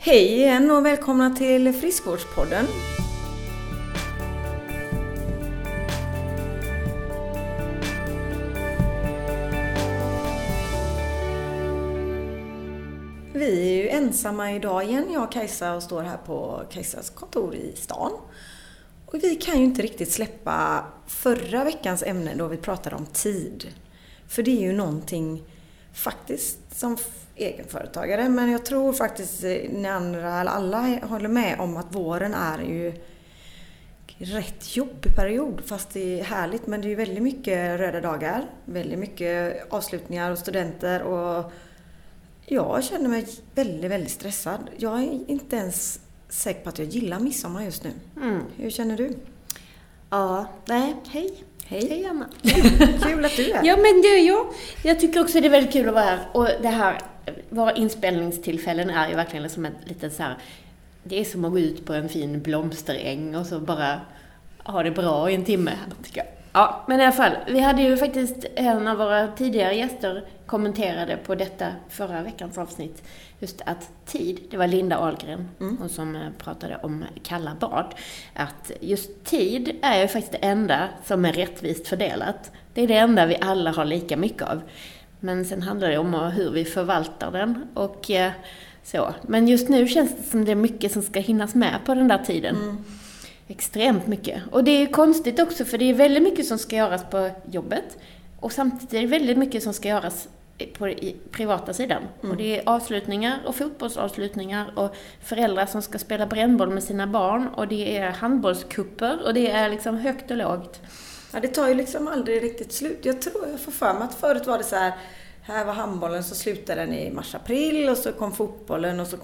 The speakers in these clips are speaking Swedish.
Hej igen och välkomna till Friskvårdspodden. Vi är ju ensamma idag igen, jag och Kajsa, och står här på Kajsas kontor i stan. Och vi kan ju inte riktigt släppa förra veckans ämne då vi pratade om tid. För det är ju någonting faktiskt som egenföretagare, men jag tror faktiskt ni andra, eller alla håller med om att våren är ju rätt jobbig period, fast det är härligt, men det är ju väldigt mycket röda dagar, väldigt mycket avslutningar och studenter, och jag känner mig väldigt, väldigt stressad. Jag är inte ens säker på att jag gillar midsommar just nu. Hur känner du? Ja, nej, hej. Hej Anna. Kul att du är. Ja, men jag tycker också det är väldigt kul att vara här. Och det här, våra inspelningstillfällen är ju verkligen som ett litet så här, det är som att gå ut på en fin blomsteräng och så bara ha det bra i en timme, tycker jag. Ja, men i alla fall, vi hade ju faktiskt en av våra tidigare gäster kommenterade på detta förra veckans avsnitt. Just att tid, det var Linda Ahlgren hon som pratade om kalla bad. Att just tid är ju faktiskt det enda som är rättvist fördelat. Det är det enda vi alla har lika mycket av. Men sen handlar det om hur vi förvaltar den och så. Men just nu känns det som det är mycket som ska hinnas med på den där tiden. Extremt mycket. Och det är konstigt också, för det är väldigt mycket som ska göras på jobbet. Och samtidigt är det väldigt mycket som ska göras på privata sidan. Och det är avslutningar och fotbollsavslutningar och föräldrar som ska spela brännboll med sina barn. Och det är handbollskupper och det är liksom högt och lågt. Ja, det tar ju liksom aldrig riktigt slut. Jag tror jag får för mig att förut var det så här var handbollen, så slutade den i mars-april och så kom fotbollen och så...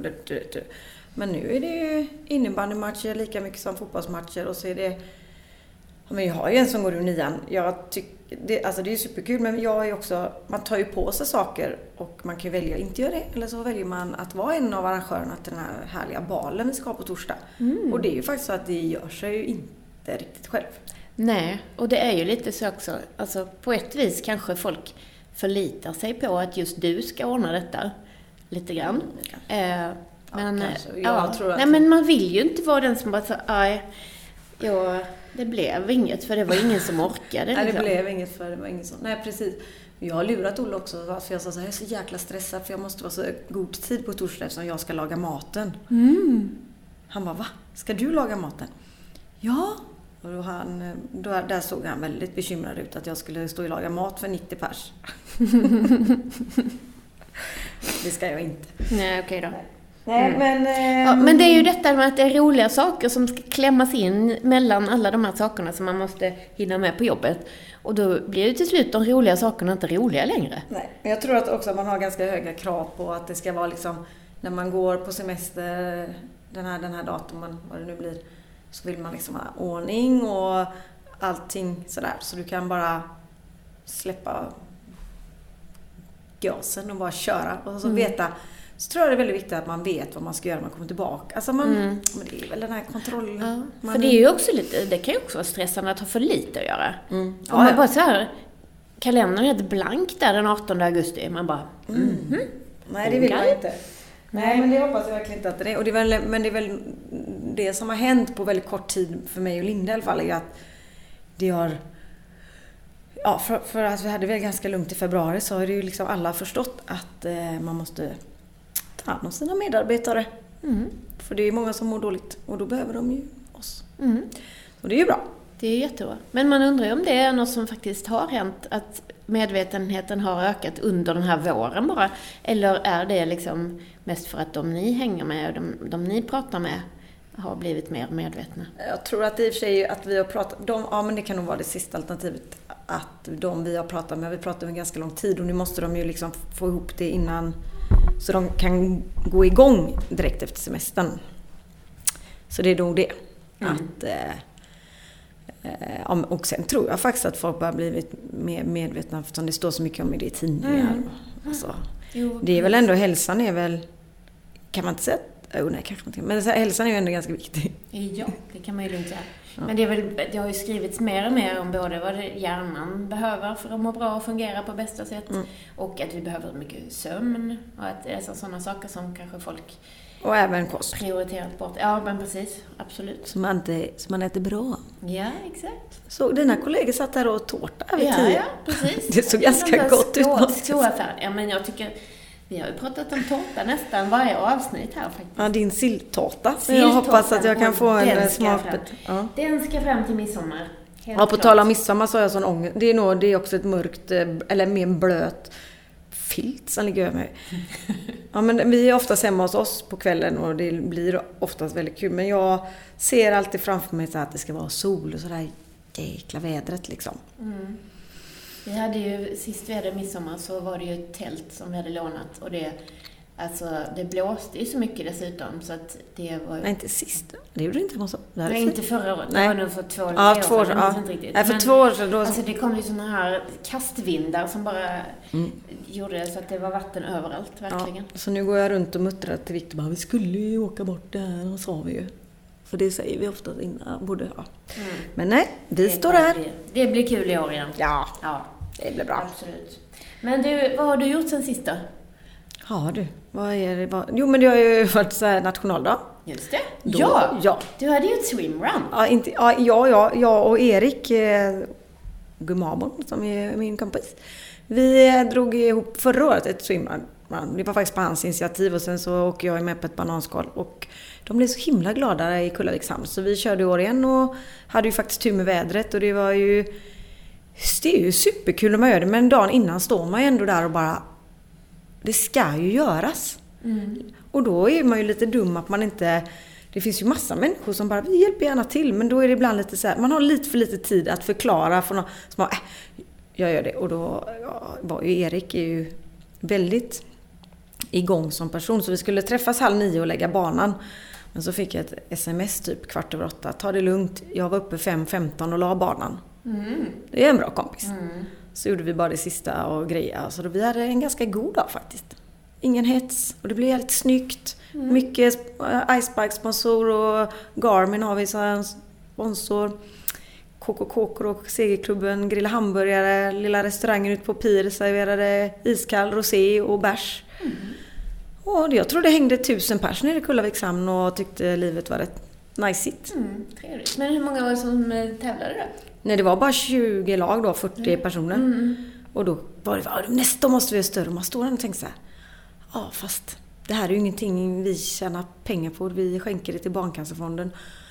Men nu är det ju innebandymatcher lika mycket som fotbollsmatcher, och så är det... Men jag har ju en som går ur 9. Jag tycker det är superkul, men jag är också, man tar ju på sig saker och man kan ju välja att inte göra det, eller så väljer man att vara en av arrangörerna till den här härliga balen vi ska ha på torsdag. Och det är ju faktiskt så att det gör sig ju inte riktigt själv. Nej, och det är ju lite så också, alltså på ett vis kanske folk förlitar sig på att just du ska ordna detta lite grann. Men, men man vill ju inte vara den som bara så, det blev inget för det var ingen som orkade. Nej, det blev inget för det var ingen som... Nej, precis. Jag har lurat Olle också, för jag sa så här, jag är så jäkla stressad för jag måste vara så god tid på torsdag eftersom jag ska laga maten. Han bara, va? Ska du laga maten? Ja. Och där såg han väldigt bekymrad ut att jag skulle stå och laga mat för 90 pers. Det ska jag inte. Nej, okej då. Nej, men det är ju detta med att det är roliga saker som ska klämmas in mellan alla de här sakerna som man måste hinna med på jobbet. Och då blir det till slut de roliga sakerna inte roliga längre. Nej, men jag tror att också man har ganska höga krav på att det ska vara liksom, när man går på semester den här datumen, vad det nu blir, så vill man liksom ha ordning och allting sådär. Så du kan bara släppa gasen och bara köra och så veta. Så tror jag det är väldigt viktigt att man vet vad man ska göra när man kommer tillbaka. Alltså men det är väl den här kontrollen. Ja, för det är ju också lite, det kan ju också vara stressande att ha för lite att göra. Om man bara så här, kalendern är helt blank där den 18 augusti. Man bara, Nej, det vill man inte. Nej, men det hoppas jag verkligen inte att det är. Och det är väl det som har hänt på väldigt kort tid för mig och Linda i alla fall, är att det har... Ja, för att vi hade väl ganska lugnt i februari, så har det ju liksom alla förstått att man måste ta hand om sina medarbetare. För det är många som mår dåligt och då behöver de ju oss. Och det är ju bra. Det är jättebra. Men man undrar ju om det är något som faktiskt har hänt, att medvetenheten har ökat under den här våren bara. Eller är det liksom mest för att de ni hänger med och de ni pratar med har blivit mer medvetna? Jag tror att i och för sig att vi har pratat... men det kan nog vara det sista alternativet. Att de vi har pratat med, vi pratar med ganska lång tid och nu måste de ju liksom få ihop det innan, så de kan gå igång direkt efter semestern. Så det är nog det. Och sen tror jag faktiskt att folk har blivit mer medvetna, eftersom det står så mycket om det i tidningar. Alltså, det är väl ändå, hälsan är väl, kan man inte säga, nej kanske inte, men hälsan är ju ändå ganska viktig. Ja, det kan man ju lugnt säga. Ja. Men det har ju skrivits mer och mer om både vad hjärnan behöver för att må bra och fungera på bästa sätt, och att vi behöver mycket sömn, och att det är sådana saker som kanske folk Och även kost. prioriterat bort. Ja, men precis. Absolut. Så man äter bra. Ja, exakt. Så dina kollegor satt där och åt tårta vid 10. Ja, precis. Det såg ganska gott ut. Ja, men jag tycker... Vi har ju pratat om tårta nästan varje avsnitt här faktiskt. Ja, din silltårta. Jag hoppas att jag kan få en smakbit. Ja. Den ska fram till midsommar. Ja, på tal om midsommar så har jag sån ångest. Det är också ett mörkt, eller mer blöt filt som ligger över mig. Ja, men vi är oftast hemma hos oss på kvällen och det blir oftast väldigt kul. Men jag ser alltid framför mig så att det ska vara sol och sådär jäkla vädret liksom. Mm. Vi hade ju, sist vi hade midsommar så var det ju ett tält som vi hade lånat och det blåste ju så mycket dessutom så att det var ju... Nej, inte sist. Det gjorde det inte så. Nej, inte förra året. Nej. Det var nog för 2 eller 3 år sedan. Ja. Inte riktigt. Nej, för 2 år sedan. Då... Alltså det kom ju såna här kastvindar som bara gjorde så att det var vatten överallt, verkligen. Ja, så nu går jag runt och muttrar till Victor bara, vi skulle ju åka bort där, och sa vi ju. För det säger vi ofta innan, borde jag. Men nej, vi står här. Det blir kul i år igen. Ja, det blir bra. Absolut. Men du, vad har du gjort sen sist då? Ja du, vad är det? Jo, men det har ju varit så här nationaldag. Just det. Då, ja. Du hade ju ett swimrun. Jag och Erik Gumabon, som är min kompis. Vi drog ihop förra året ett swimrun. Det var faktiskt på hans initiativ och sen så åker jag med på ett bananskal. Och de blev så himla glada i Kullavikshamn. Så vi körde i år igen och hade ju faktiskt tur med vädret. Och det är ju superkul när man gör det. Men dagen innan står man ju ändå där och bara... Det ska ju göras. Och då är man ju lite dum att man inte... Det finns ju massa människor som bara, vi hjälper gärna till. Men då är det ibland lite så här, man har lite för lite tid att förklara för någon som bara, jag gör det. Och då var ju Erik är ju väldigt igång som person. Så vi skulle träffas 8:30 och lägga banan. Men så fick jag ett sms typ 7:15. Ta det lugnt, jag var uppe 5:15 och la banan. Det är en bra kompis. Så gjorde vi bara det sista och grejer. Så då vi hade en ganska god dag faktiskt. Ingen hets. Och det blev helt snyggt. Mycket Icebike-sponsor och Garmin har vi som sponsor. KKK och Segerklubben, grilla hamburgare, lilla restaurangen ute på Pir serverade iskall, rosé och bärs. Och jag tror det hängde 1000 pers nere i Kullavikshamn och tyckte livet var rätt najsigt. Trevligt. Men hur många var det som tävlade då? Nej, det var bara 20 lag då, 40 personer. Och då var det, nästa måste vi göra större. Och man står där och tänker så här, ja fast det här är ju ingenting vi tjänar pengar på. Vi skänker det till Barncancerfonden.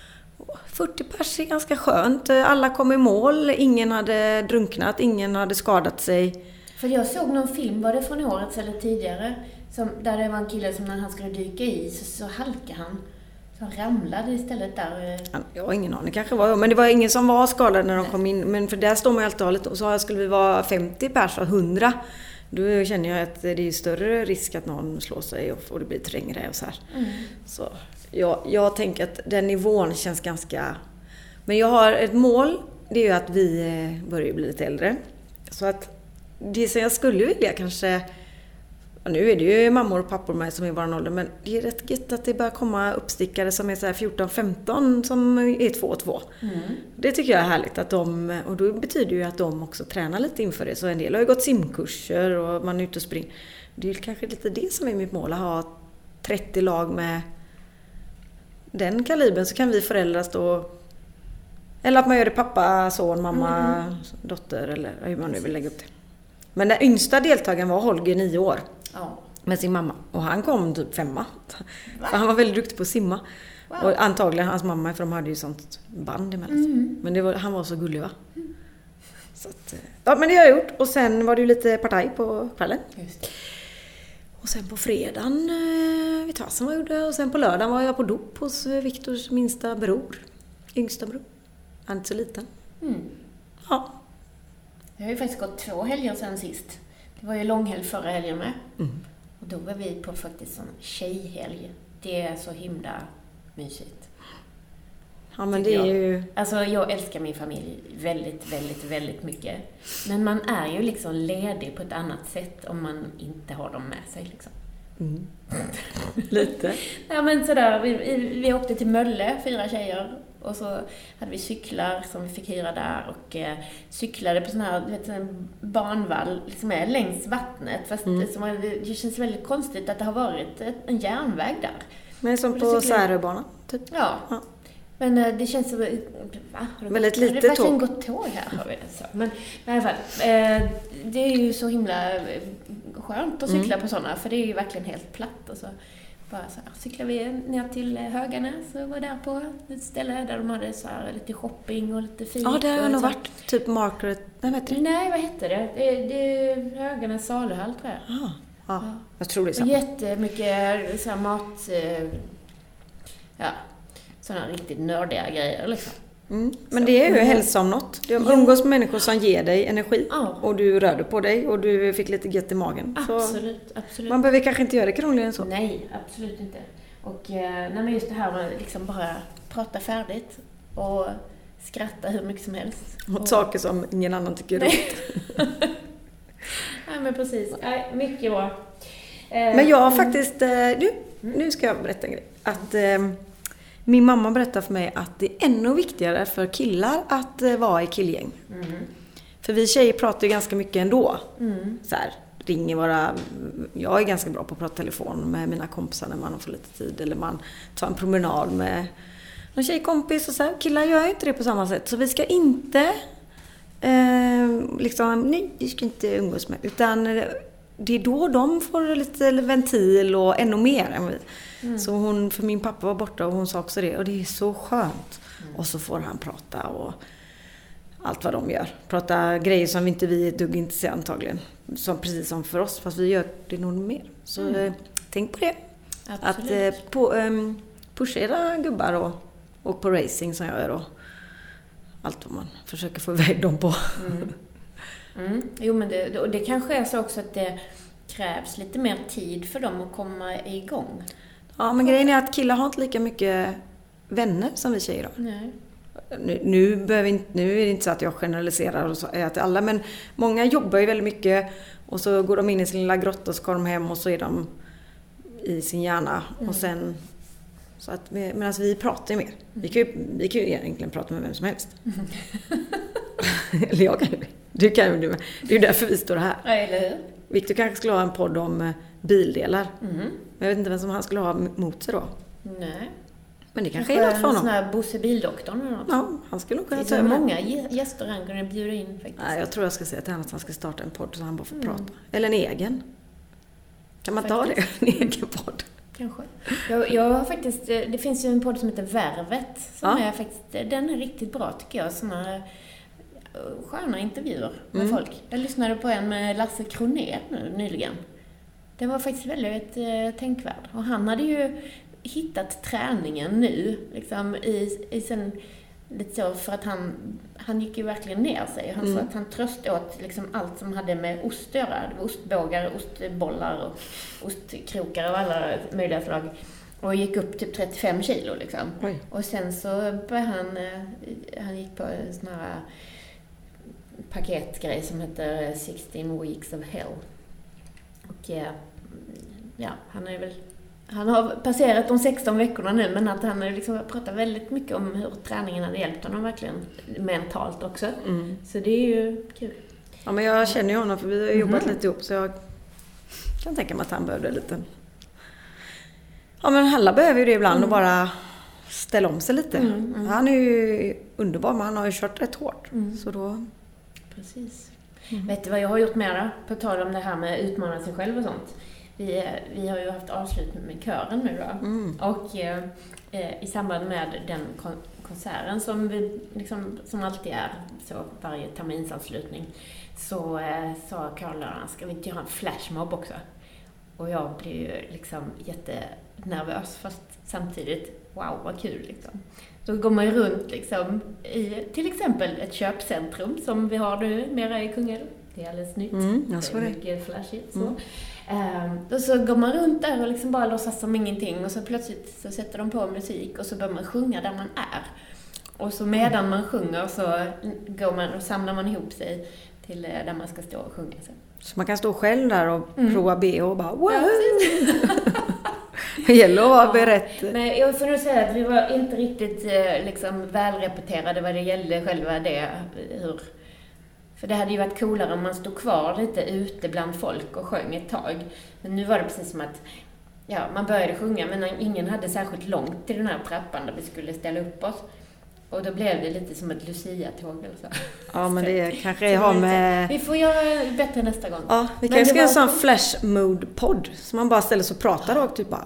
40 pers är ganska skönt. Alla kom i mål. Ingen hade drunknat. Ingen hade skadat sig. För jag såg någon film, var det från året eller tidigare? Där det var en kille som när han skulle dyka i så halkade han. Så han ramlade istället där. Jag har ingen aning, kanske var jag. Men det var ingen som var skadad när de kom in. Men för där står man ju alltid och lite. Och så skulle vi vara 50 pers och 100. Då känner jag att det är större risk att någon slår sig och det blir trängre och så här. Så jag tänker att den nivån känns ganska... Men jag har ett mål, det är ju att vi börjar bli lite äldre. Så att det som jag skulle vilja kanske... Nu är det ju mammor och pappor med som är i våran ålder, men det är rätt gött att det börjar komma uppstickare som är så här 14-15 som är 2-2. Det tycker jag är härligt att och då betyder ju att de också tränar lite inför det. Så en del har ju gått simkurser och man är ute och springer. Det är kanske lite det som är mitt mål, att ha 30 lag med den kalibern, så kan vi föräldrar stå, eller att man gör det pappa, son, mamma, dotter eller hur man nu vill lägga upp det. Men den yngsta deltagaren var Holger, 9 år. Med sin mamma. Och han kom typ 5. För han var väldigt duktig på att simma. Wow. Och antagligen hans mamma, för de hade ju sånt band emellan. Men han var så gullig, va? Så att, ja, men det har jag gjort. Och sen var det ju lite partaj på kvällen. Just. Och sen på fredagen vet jag vad som jag gjorde. Och sen på lördagen var jag på dop hos Viktors minsta bror. Yngsta bror. Han är inte så liten. Ja. Jag har ju faktiskt gått 2 helger sen sist. Det var ju långhelg förra helgen med. Och då var vi på faktiskt en tjejhelg. Det är så himla mysigt. Ja, men det är ju... Alltså jag älskar min familj väldigt, väldigt, väldigt mycket. Men man är ju liksom ledig på ett annat sätt om man inte har dem med sig liksom. Lite. Ja, men sådär, vi åkte till Mölle, 4 tjejer. Och så hade vi cyklar som vi fick hyra där och cyklade på sån här banvall som är längs vattnet. Fast det känns väldigt konstigt att det har varit en järnväg där. Men som på Säröbanan, typ. Ja. Men det känns som... Väldigt lite tåg. Det har verkligen gått tåg här, har vi det så. Men i alla fall, det är ju så himla skönt att cykla på sådana, för det är ju verkligen helt platt. Och så bara så här, cyklar vi ner till Höganäs och var där på ett ställe där de hade så här lite shopping och lite fint. Ja, det har nog varit typ Margaret... Nej, vad heter det? Det är Höganäs saluhall, tror jag. Ja, jag tror det är sant. Jättemycket så här mat... sådana riktigt nördiga grejer liksom. Men det är ju hälsa om något. Du umgås med människor som ger dig energi. Och du rörde på dig och du fick lite gött i magen. Absolut. Man behöver kanske inte göra det krångligare än så. Nej, absolut inte. Och men just det här med liksom bara prata färdigt och skratta hur mycket som helst. Åt saker som ingen annan tycker är roligt. Ja, men precis. Mycket bra. Men jag har faktiskt... Nu ska jag berätta en grej. Att... Min mamma berättade för mig att det är ännu viktigare för killar att vara i killgäng. För vi tjejer pratar ju ganska mycket ändå. Så här, jag är ganska bra på att prata telefon med mina kompisar när man får lite tid. Eller man tar en promenad med någon tjejkompis och så här. Killar gör ju inte det på samma sätt. Så vi ska inte nej, vi ska inte umgås med. Utan det är då de får lite ventil och ännu mer än vi. Så för min pappa var borta och hon sa också det. Och det är så skönt. Och så får han prata och allt vad de gör. Prata grejer som vi är dugg intresserade antagligen. Precis som för oss, fast vi gör det nog mer. Så tänk på det. Absolut. Att pusha era gubbar och på racing som jag gör och allt vad man försöker få iväg dem på. Jo, men det kanske är så också att det krävs lite mer tid för dem att komma igång. Ja, men grejen är att killar har inte lika mycket vänner som vi tjejer har. Nej. Nu är det inte så att jag generaliserar och så att alla, men många jobbar ju väldigt mycket och så går de in i sin lilla grotta och så går de hem och så är de i sin hjärna och sen så att medan vi pratar ju mer. Vi kan ju egentligen prata med vem som helst. Eller jag kan ju. Du kan ju. Det är ju därför vi står här. Ja, eller hur? Victor kanske skulle ha en podd om bildelar. Men jag vet inte vem som han skulle ha mot sig då. Nej. Men det kanske är något för honom. En sån här Bosse Bildoktorn eller något. Ja, han skulle nog kunna ta över. Det är många gäster han kunde bjuda in faktiskt. Nej, jag tror jag ska säga till honom att han ska starta en podd så han bara får prata. Eller en egen. Kan man ta det? En egen podd. Kanske. Jag har faktiskt, det finns ju en podd som heter Värvet. Som är faktiskt, den är riktigt bra tycker jag. Såna sköna intervjuer med folk. Jag lyssnade på en med Lasse Kronér nyligen. Det var faktiskt väldigt tänkvärd. Och han hade ju hittat träningen nu liksom i sen lite så för att han gick ju verkligen ner sig. Han sa att han tröst åt liksom allt som hade med ost att göra. Det var ostbågar, ostbollar och ostkrokar av alla möjliga slag. Och gick upp typ 35 kilo liksom. Oj. Och sen så började han gick på en sån här paketgrej som heter 16 Weeks of Hell. Och han har passerat de 16 veckorna nu, men att han liksom pratar väldigt mycket om hur träningen hade hjälpt honom verkligen mentalt också. Så det är ju kul. Ja, men jag känner ju honom för vi har jobbat lite ihop så jag kan tänka mig att han behövde lite. Ja, men alla behöver ju det ibland och bara ställa om sig lite. Han är ju underbar, men han har ju kört rätt hårt. Så då... Precis. Vet du vad jag har gjort mer då? På tal om det här med att utmana sig själv och sånt. Vi har ju haft avslutning med kören nu då. Och i samband med den konserten som vi liksom, som alltid är så varje terminsavslutning, så sa körläraren, ska vi inte göra en flashmob också? Och jag blev ju liksom jättenervös, fast samtidigt, wow vad kul liksom. Då går man ju runt liksom i till exempel ett köpcentrum som vi har nu mera i Kungälv. Det är alldeles nytt. Det är mycket flashigt så. Och så går man runt där och liksom bara låtsas som ingenting och så plötsligt så sätter de på musik och så börjar man sjunga där man är. Och så medan man sjunger så går man och samlar man ihop sig till där man ska stå och sjunga sen. Så man kan stå själv där och prova BH och bara wow! Det gäller att vara beredd. Men jag får nog säga att vi var inte riktigt liksom välrepeterade vad det gällde själva det. För det hade ju varit coolare om man stod kvar lite ute bland folk och sjöng ett tag. Men nu var det precis som att man började sjunga men ingen hade särskilt långt till den här trappan där vi skulle ställa upp oss. Och då blev det lite som ett Lucia-tåg eller så. Ja, men det kanske har med... Vi får göra bättre nästa gång. Ja, vi kanske ska göra en sån flash mode-podd. Så man bara ställer sig och pratar och typ bara...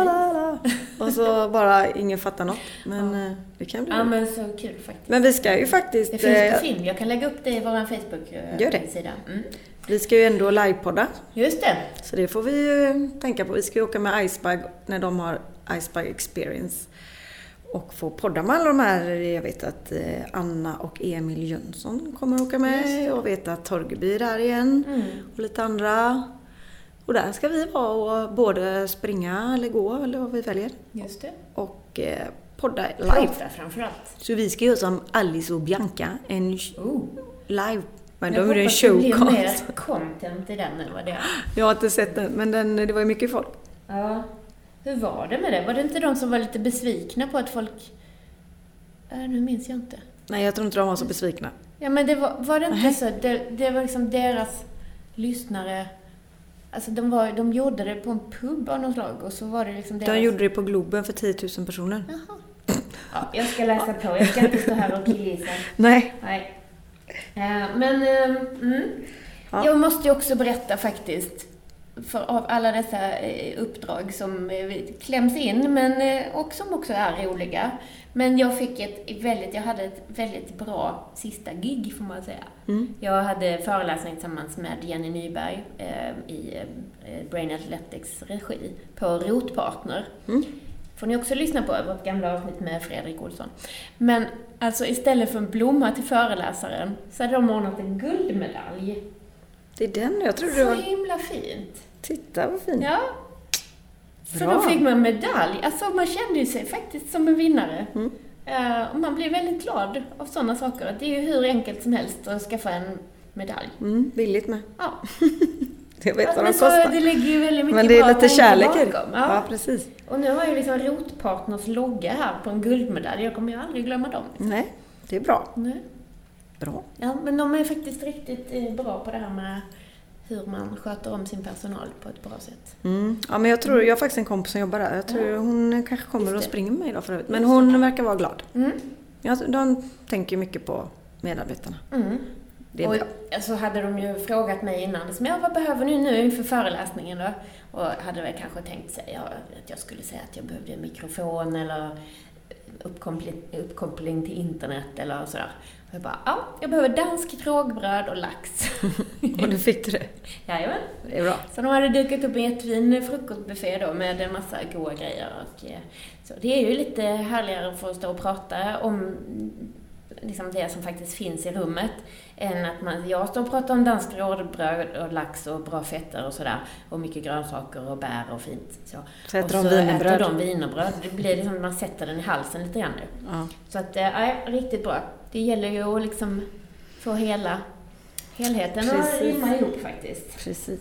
Och så bara ingen fattar något. Men det kan bli... Ja, men så kul faktiskt. Men vi ska ju faktiskt... Det finns på film. Jag kan lägga upp det i vår Facebook-sida. Vi ska ju ändå livepodda. Just det. Så det får vi ju tänka på. Vi ska ju åka med Icebug när de har Icebug Experience. Och få podda med alla de här. Jag vet att Anna och Emil Jönsson kommer att åka med. Jag vet att Torgeby är där igen. Och lite andra. Och där ska vi vara och både springa eller gå eller vad vi väljer. Just det. Och podda live. Prata framförallt. Så vi ska göra som Alice och Bianca. En live. Men jag de är en showcast. Det blir mer content i den än vad det är. Jag har inte sett den, men det var ju mycket folk. Ja. Hur var det med det? Var det inte de som var lite besvikna på att folk... Nu minns jag inte. Nej, jag tror inte de var så besvikna. Ja, men det var det inte så. Det var liksom deras lyssnare... Alltså de gjorde det på en pub av något slag. Och så var det liksom deras... De gjorde det på Globen för 10 000 personer. Jaha. Ja, jag ska läsa på. Jag ska inte stå här och killgissa. Nej. Men jag måste ju också berätta faktiskt... För av alla dessa uppdrag som kläms in och som också är roliga. Men jag hade ett väldigt bra sista gig får man säga. Jag hade föreläsning tillsammans med Jenny Nyberg i Brain Athletics regi på Rotpartner. Får ni också lyssna på vårt gamla avsnitt med Fredrik Olsson. Men alltså istället för en blomma till föreläsaren så hade de ordnat en guldmedalj. Det är den, jag tror det var... Så himla fint. Titta vad fint. Ja. Så då fick man medalj. Alltså man kände ju sig faktiskt som en vinnare. Och man blir väldigt glad av sådana saker. Det är ju hur enkelt som helst att skaffa en medalj. Billigt med. Ja. Jag vet vad de så kostar. Det ligger ju väldigt mycket men det är lite kärlek i det. Ja, precis. Och nu har ju liksom Rotpartners logga här på en guldmedalj. Jag kommer ju aldrig glömma dem. Nej, det är bra. Nej. Bra. Ja, men de är faktiskt riktigt bra på det här med hur man sköter om sin personal på ett bra sätt. Ja, men jag har faktiskt en kompis som jobbar där. Jag tror hon kanske kommer och springer med mig idag för övrigt. Men hon verkar vara glad. Ja, de tänker mycket på medarbetarna. Det är bra. Så hade de ju frågat mig innan. Vad behöver ni nu inför föreläsningen då? Och hade väl kanske tänkt sig att jag skulle säga att jag behövde en mikrofon eller uppkoppling till internet eller sådär. Och jag bara, jag behöver dansk rågbröd och lax. Och du fick det? Jajamän. Det är bra. Så de hade dukat upp en jättefin frukostbuffé då med en massa goda grejer. Och, så det är ju lite härligare för att stå och prata om liksom det som faktiskt finns i rummet än att jag står och pratar om dansk rågbröd och lax och bra fetter och sådär och mycket grönsaker och bär och fint. Så äter och de wienerbröd. Äter de wienerbröd. Det blir liksom att man sätter den i halsen lite grann nu. Ja. Så att, riktigt bra. Det gäller ju att liksom få helheten att rimma ihop faktiskt. Precis.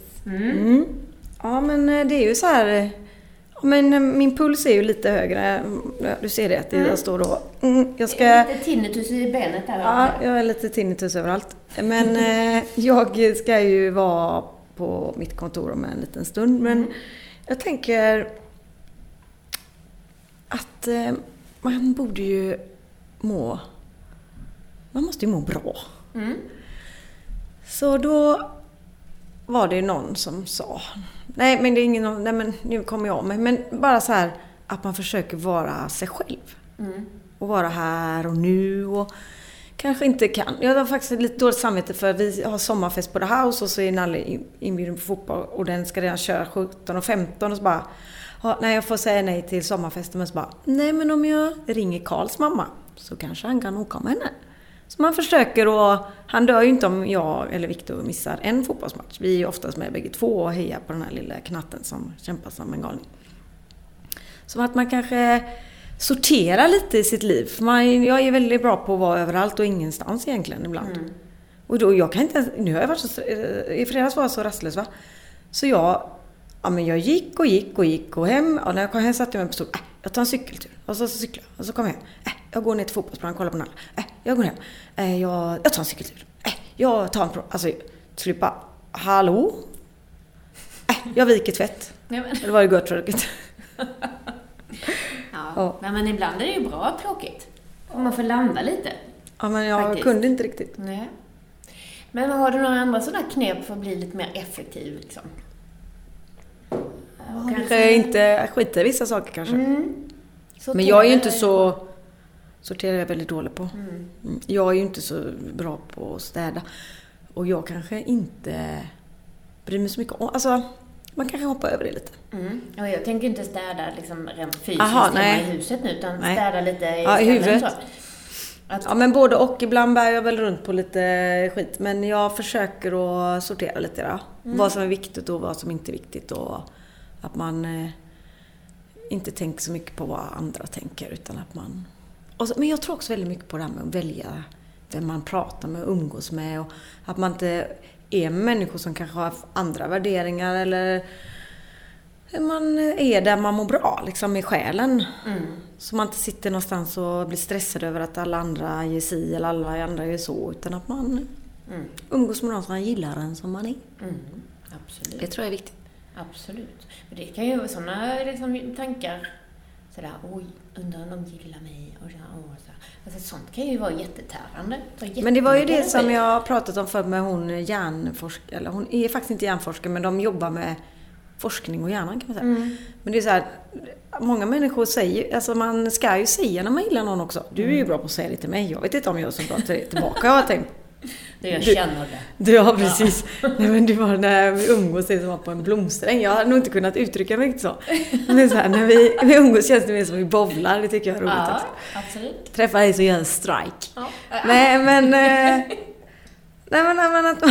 Ja, men det är ju så här... Men min puls är ju lite högre. Du ser det, att jag står då... Jag ska... Lite tinnitus i benet här. Ja, jag är lite tinnitus överallt. Men jag ska ju vara på mitt kontor om en liten stund. Men jag tänker att man borde ju må... Man måste ju må bra. Så då var det någon som sa... Nej, men det är ingen... Nej, men nu kommer jag med. Men bara så här att man försöker vara sig själv. Och vara här och nu och kanske inte kan. Jag har faktiskt lite dåligt samvete för vi har sommarfest på The House och så är Nalle inbjuden på fotboll och den ska redan köra 17:15 och så bara... Nej, jag får säga nej till sommarfesten men så bara... Nej, men om jag ringer Karls mamma så kanske han kan åka med henne. Så man försöker och han dör ju inte om jag eller Viktor missar en fotbollsmatch. Vi är ju oftast med bägge två och hejar på den här lilla knatten som kämpar som en galning. Så att man kanske sorterar lite i sitt liv. För jag är väldigt bra på att vara överallt och ingenstans egentligen ibland. Och då, jag kan inte, nu har jag varit så, i fredags var jag så rastlös va. Så jag gick och hem. Och när jag kom hem satt jag mig på stol. Jag tar en cykeltur. Och så cyklar jag. Och så kommer jag hem. Jag går ner till fotbollsplanen och kollar på Nalle. Jag går hem. Jag tar en cykeltur. Jag tar en alltså, slippa. Hallå? jag viker tvätt. Nej, men. Det var ju gott tråkigt. Ja. Nej, men ibland är det ju bra tråkigt. Om man får landa lite. Ja, men jag faktiskt. kunde inte riktigt. Nej. Men har du några andra sådana knep för att bli lite mer effektiv liksom? Kanske inte skita i vissa saker kanske. Sortera. Men jag är ju inte så... Sorterar jag väldigt dåligt på. Jag är ju inte så bra på att städa. Och jag kanske inte bryr mig så mycket om... Alltså, man kanske hoppar över det lite. Och jag tänker inte städa liksom rent fysiskt hemma i huset nu, utan städa lite i huvudet. Ja, men både och. Ibland bär jag väl runt på lite skit. Men jag försöker att sortera lite då. Vad som är viktigt och vad som inte är viktigt. Och att man inte tänker så mycket på vad andra tänker. Utan att man... Men jag tror också väldigt mycket på det här med att välja vem man pratar med och umgås med. Och att man inte är människor som kanske har andra värderingar. Eller man är där man mår bra, liksom i själen. Så man inte sitter någonstans och blir stressad över att alla andra ger sig eller alla andra gör så. Utan att man umgås med någon som gillar en som man är. Absolut. Det tror jag är viktigt. Absolut. Men det kan ju vara sådana liksom, tankar. Sådär, oj, undrar om de gillar mig. Och så. Alltså, sånt kan ju vara jättetärande. Men det var ju det som jag pratat om för med hon hjärnforskare. Eller hon är faktiskt inte hjärnforskare, men de jobbar med forskning och hjärnan kan man säga. Men det är så här, många människor säger, alltså man ska ju säga när man gillar någon också. Du är ju bra på att säga det till mig. Jag vet inte om jag är så bra till det tillbaka. Jag har tänkt. Jag känner det. Ja, precis. Nej, men det var när vi umgås det som var på en blomsträng. Jag har nog inte kunnat uttrycka mig riktigt så. Men så här, när vi umgås känns det mer som vi bowlar. Det tycker jag är roligt också. Absolut. Träffar dig så gör en strike. Nej, men att...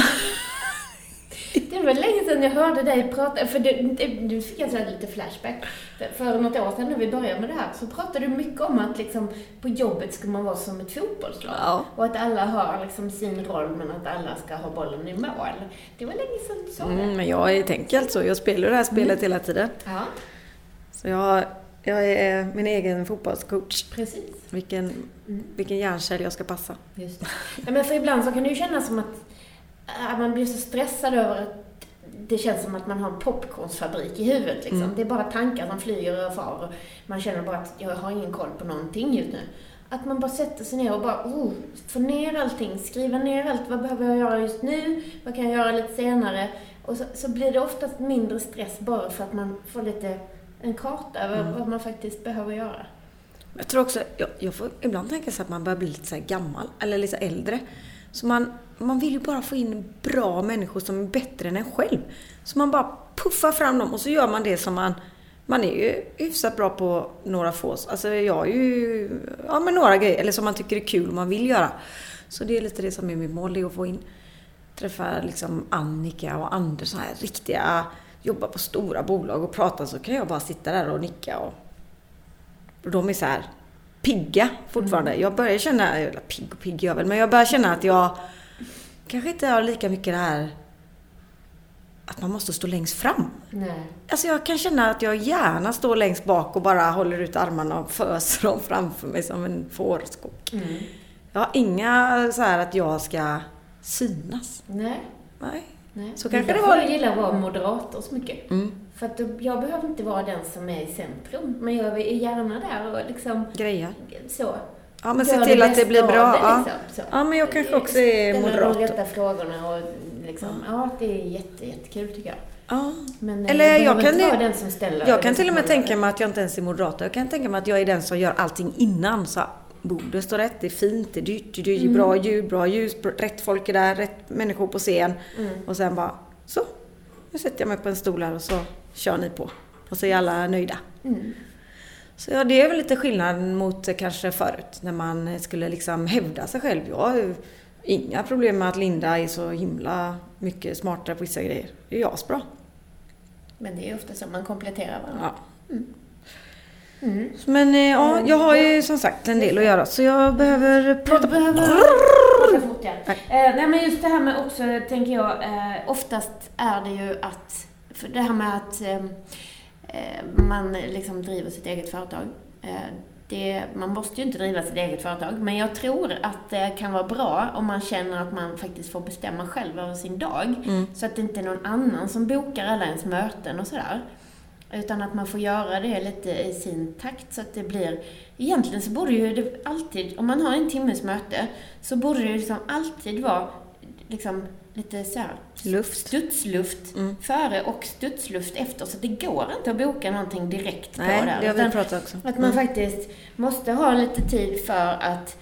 Det var länge sedan jag hörde dig prata, för du fick jag lite flashback. För något år sedan när vi började med det här så pratade du mycket om att liksom, på jobbet ska man vara som ett fotbollslag. Ja. Och att alla har liksom sin roll, men att alla ska ha bollen i mål. Det var länge sedan du sa det. Men jag tänker alltså, jag spelar det här spelet hela tiden. Ja. Så jag är min egen fotbollscoach. Precis. Vilken hjärncell jag ska passa. Just det. Ja, men för ibland så kan det ju kännas som att man blir så stressad över att det känns som att man har en popcornsfabrik i huvudet. Liksom. Det är bara tankar som flyger och far. Och man känner bara att jag har ingen koll på någonting just nu. Att man bara sätter sig ner och bara får ner allting. Skriva ner allt. Vad behöver jag göra just nu? Vad kan jag göra lite senare? Och så blir det oftast mindre stress bara för att man får lite en karta över vad man faktiskt behöver göra. Jag tror också, jag får ibland tänka sig att man börjar bli lite så här gammal eller lite äldre. Så man vill ju bara få in bra människor som är bättre än en själv. Så man bara puffar fram dem och så gör man det som man är ju hyfsat bra på några få. Alltså jag är ju, men några grejer, eller som man tycker är kul och man vill göra. Så det är lite det som är mitt mål, det är att få in, träffa liksom Annika och Anders, så här riktiga, jobba på stora bolag och prata, så kan jag bara sitta där och nicka och de är så här pigga fortfarande. Jag börjar känna, pigg jag väl, men jag börjar känna att jag kanske inte har lika mycket det här att man måste stå längst fram. Nej. Alltså jag kan känna att jag gärna står längst bak och bara håller ut armarna och föser dem framför mig som en fårskock. Jag har inga så här att jag ska synas. Nej. Så kanske det var. Jag gillar att vara moderator så mycket. För att jag behöver inte vara den som är i centrum. Men jag är gärna där och liksom... Grejer. Så. Ja, men se till att det blir bra. Liksom, ja, men jag kanske också är moderator. De rätta frågorna och liksom... Ja, det är jättekul tycker jag. Ja. Men eller jag kan vara den som ställer... Jag kan till och med tänka mig att jag inte ens är moderator. Jag kan tänka mig att jag är den som gör allting innan. Så bordet står rätt, det är fint, det är dyrt, det är bra ljus, rätt folk är där, rätt människor på scen. Och sen bara, så, nu sätter jag mig på en stol här och så kör ni på. Och så är alla nöjda. Så ja, det är väl lite skillnad mot kanske förut, när man skulle liksom hävda sig själv. Jag har inga problem med att Linda är så himla mycket smartare på vissa grejer. Det är ju asbra. Men det är ju ofta så man kompletterar varandra. Ja. Men ja, jag har ju som sagt en del att göra, så jag behöver prata fort. Nej, men just det här med också, tänker jag, oftast är det ju att, för det här med att man liksom driver sitt eget företag, man måste ju inte driva sitt eget företag, men jag tror att det kan vara bra om man känner att man faktiskt får bestämma själv över sin dag. Så att det inte är någon annan som bokar alla ens möten och sådär. Utan att man får göra det lite i sin takt så att det blir... Egentligen så borde ju det alltid, om man har en timmes möte, så borde det liksom alltid vara liksom lite så här studsluft före och studsluft efter. Så det går inte att boka någonting direkt på det. Det har vi pratat också. Att man faktiskt måste ha lite tid för att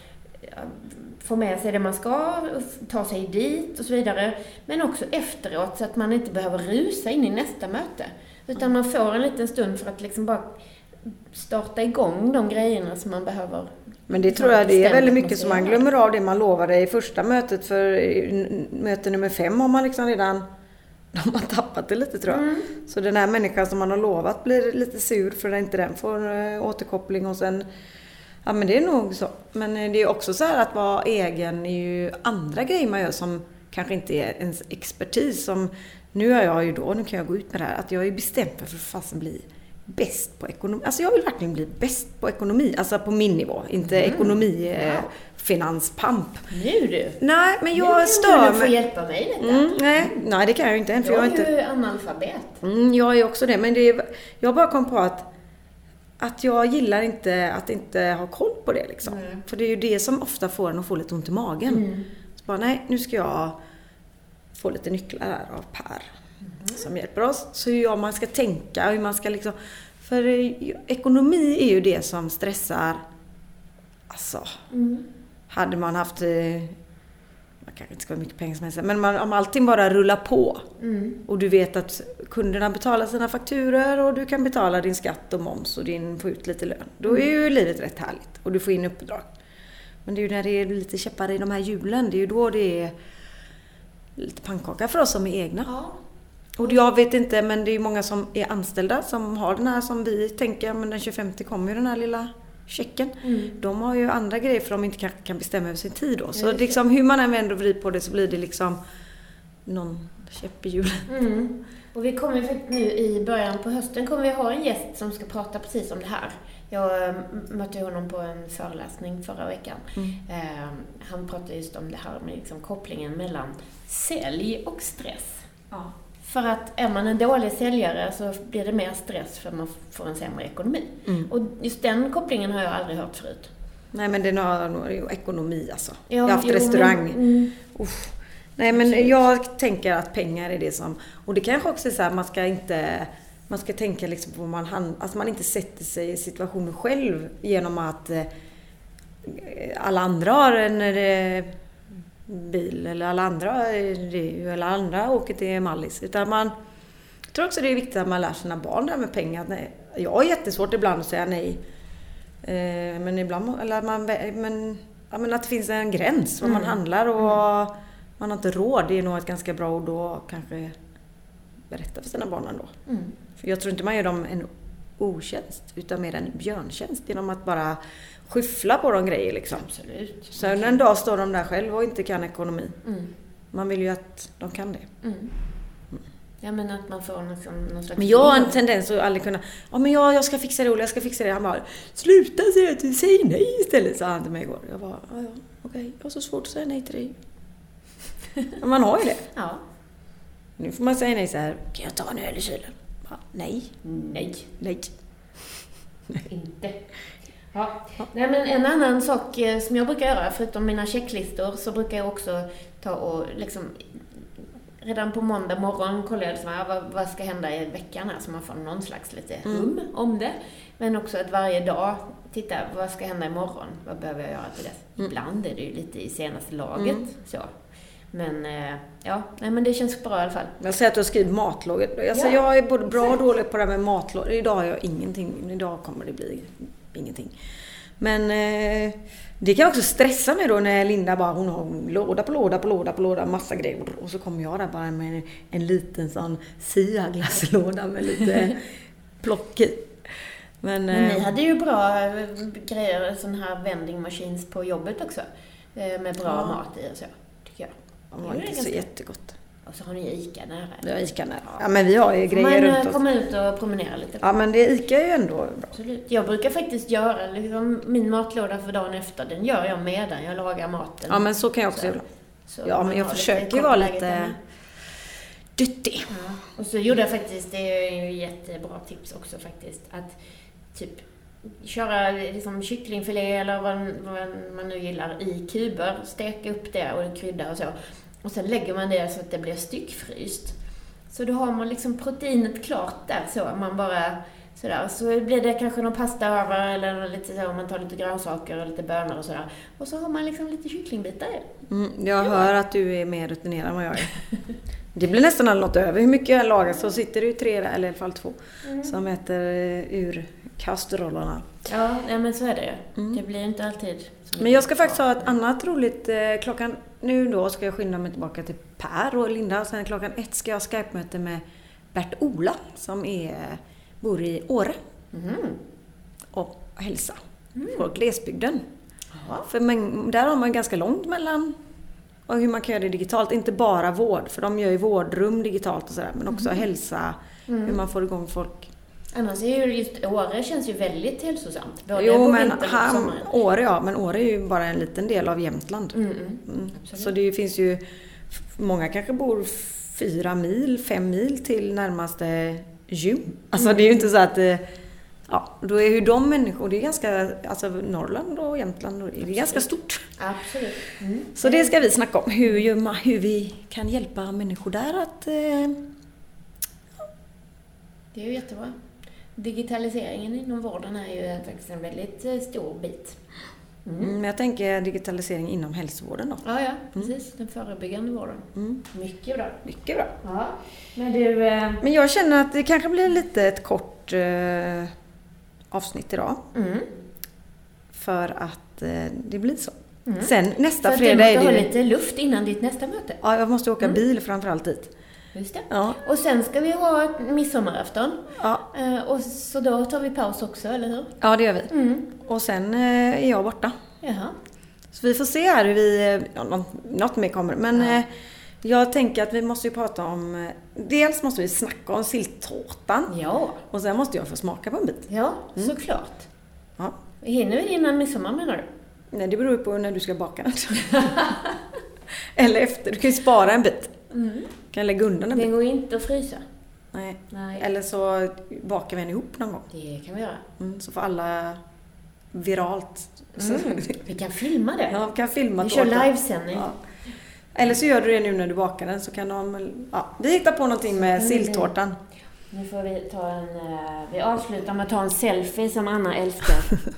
få med sig det man ska, ta sig dit och så vidare. Men också efteråt så att man inte behöver rusa in i nästa möte. Utan man får en liten stund för att liksom bara starta igång de grejerna som man behöver. Men det tror jag det är väldigt mycket som man glömmer av det man lovade i första mötet. För möte nummer 5 har man liksom redan de har tappat det lite, tror jag. Så den här människan som man har lovat blir lite sur för att inte den får återkoppling och sen... Ja, men det är nog så. Men det är också så här att vara egen är ju andra grejer man gör som kanske inte är ens expertis. Som nu kan jag gå ut med det här, att jag är bestämd för att fasen bli bäst på ekonomi. Alltså jag vill verkligen bli bäst på ekonomi. Alltså på min nivå. Inte ekonomi, finanspamp. Nu du? Nej, men jag stör mig. Du får hjälpa mig lite. Nej, det kan jag ju inte än. För jag är ju analfabet. Jag är också det. Men jag bara kom på att jag gillar inte att inte ha koll på det liksom. För det är ju det som ofta får en att få lite ont i magen. Så bara, nej, nu ska jag få lite nycklar här av Per. Som hjälper oss. Så hur man ska tänka, hur man ska liksom... För ekonomi är ju det som stressar. Alltså, hade man haft... Man kanske inte ska ha mycket pengar som helst. Men om allting bara rullar på. Och du vet att kunderna betalar sina fakturor. Och du kan betala din skatt och moms. Och få ut lite lön. Då är ju livet rätt härligt. Och du får in uppdrag. Men det är ju när det är lite käppar i de här hjulen. Det är ju då det är lite pannkaka för oss som är egna. Ja. Och jag vet inte, men det är många som är anställda som har den här som vi tänker, men den 25 kommer ju den här lilla checken. De har ju andra grejer för de inte kan bestämma över sin tid då. Så liksom, hur man än vänder och vrider på det så blir det liksom någon käpp i hjulen. Och vi kommer faktiskt nu i början på hösten kommer vi ha en gäst som ska prata precis om det här. Jag mötte honom på en föreläsning förra veckan. Han pratade just om det här med liksom kopplingen mellan sälj och stress. Ja. För att är man en dålig säljare så blir det mer stress för att man får en sämre ekonomi. Och just den kopplingen har jag aldrig hört förut. Nej, men det är nog ekonomi alltså. Jag har haft restaurang. Nej, men jag tänker att pengar är det som... Och det kanske också är så här, man ska tänka liksom på att man inte sätter sig i situationen själv genom att alla andra har en bil eller alla andra åker till Mallis. Utan jag tror också det är viktigt att man lär sina barn där med pengar. Nej, jag har jättesvårt ibland att säga nej. Men ibland, men att det finns en gräns vad man handlar och man har inte råd. Det är nog ett ganska bra ord då kanske berätta för sina barn ändå. För jag tror inte man gör dem en otjänst utan mer en björntjänst genom att bara skyffla på de grejer liksom. Absolut. Så en dag står de där själv och inte kan ekonomi. Man vill ju att de kan det. Ja, men att man får någon slags... Men jag har en tendens att aldrig kunna... Ja, men jag ska fixa det, Ola, jag ska fixa det. Han bara, sluta säga att du säger nej istället, sa han till mig igår. Jag bara, okej, jag har så svårt att säga nej till dig. Men man har ju det. Ja. Nu får man säga nej så här, kan jag ta en öl i kylen? Bara, nej. Inte. Ja. Nej, men en annan sak som jag brukar göra, förutom mina checklistor, så brukar jag också ta och liksom... Redan på måndag morgon kollar jag liksom, vad ska hända i veckan här, så man får någon slags lite om det. Men också att varje dag titta, vad ska hända imorgon? Vad behöver jag göra till dess? Ibland är det ju lite i senaste laget. Så. Men men det känns bra i alla fall. Jag säger att du har skrivit matlådor. Alltså, jag är både bra och dålig på det här med matlådor. Idag har jag ingenting. Idag kommer det bli ingenting. Men det kan också stressa mig då när Linda bara, hon har låda på låda, massa grejer. Och så kommer jag där bara med en liten sån Sia-glasslåda med lite plock i. Men ni hade ju bra grejer, sån här vending machines på jobbet också. Med bra mat i och så, tycker jag. Det var inte så jättegott. Och så har ni ICA nära. Vi har ICA nära. Ja, men vi har ju grejer runt oss. Man kommer ut och promenera lite. Ja, men det ICA är ju ändå bra. Absolut. Jag brukar faktiskt göra liksom, min matlåda för dagen efter. Den gör jag medan jag lagar maten. Ja, men så kan jag också göra. Ja, men jag försöker ju vara lite duttig. Ja. Och så gjorde jag faktiskt, det är ju jättebra tips också faktiskt, att typ köra liksom kycklingfilé eller vad man nu gillar i kuber, steka upp det och krydda och så. Och sen lägger man det så att det blir styckfryst. Så då har man liksom proteinet klart där så. Man bara sådär. Så blir det kanske någon pasta över eller lite så. Man tar lite grönsaker och lite bönor och sådär. Och så har man liksom lite kycklingbitar i. Jag hör att du är mer rutinerad än vad jag är. Det blir nästan aldrig något över. Hur mycket jag lagar så sitter det ju 3 eller i alla fall 2 som äter ur kastrollerna. Ja, men så är det ju. Det blir inte alltid. Men jag ska faktiskt ha ett annat roligt klockan. Nu då ska jag skynda mig tillbaka till Per och Linda. Och sen klockan 1 ska jag ha Skype-möte med Bert-Ola som bor i Åre. Och hälsa på glesbygden. För där har man ganska långt mellan och hur man kan göra det digitalt. Inte bara vård, för de gör ju vårdrum digitalt och sådär. Men också hälsa, hur man får igång folk. Annars är ju just Åre känns ju väldigt hälsosamt. Jo, men Åre är ju bara en liten del av Jämtland. Så det finns ju, många kanske bor 4 mil, 5 mil till närmaste gym. Alltså det är ju inte så att, då är ju de människor, det är ganska, alltså Norrland och Jämtland, det är ganska stort. Absolut. Så det ska vi snacka om, hur vi kan hjälpa människor där att... Det är ju jättebra. Digitaliseringen inom vården är ju faktiskt en väldigt stor bit. Men jag tänker digitalisering inom hälsovården då. Ja, precis. Den förebyggande vården. Mycket bra. Mycket bra. Ja. Men jag känner att det kanske blir lite ett kort avsnitt idag. För att det blir så. Sen nästa fredag är det... För att du måste ha lite luft innan ditt nästa möte. Ja, jag måste åka bil framförallt dit. Just det. Ja. Och sen ska vi ha ett midsommarafton. Ja. Och så då tar vi paus också, eller hur? Ja, det gör vi. Och sen är jag borta. Jaha. Så vi får se här hur vi... något mer kommer. Men jag tänker att vi måste ju prata om... Dels måste vi snacka om silltårtan. Ja. Och sen måste jag få smaka på en bit. Ja, såklart. Ja. Hinner vi innan midsommar, menar du? Nej, det beror ju på när du ska baka den. Eller efter. Du kan ju spara en bit. Kan lägga undan en bit. Det går inte att frysa. Nej. Eller så bakar vi en ihop någon gång. Det kan vi göra. Så får alla viralt. Vi kan filma det. Ja, vi kan filma. Vi kör livesändning. Ja. Eller så gör du det nu när du bakar den, så kan de... Ja, vi hittar på någonting med silltårtan. Nu får vi ta vi avslutar med att ta en selfie som Anna älskar.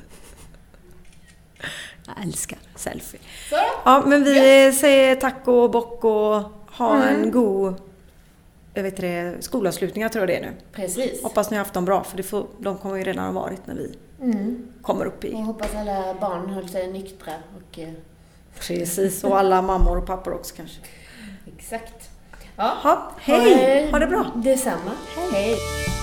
Jag älskar selfie. Så. Ja, men vi säger tack och bock och ha en god skolavslutningar, tror jag det är nu. Precis. Hoppas ni har haft dem bra, för de kommer ju redan ha varit när vi kommer upp i. Och hoppas alla barn höll sig nyktra. Precis, och alla mammor och pappor också kanske. Exakt. Ja. Hej, ha det bra. Detsamma. Hej.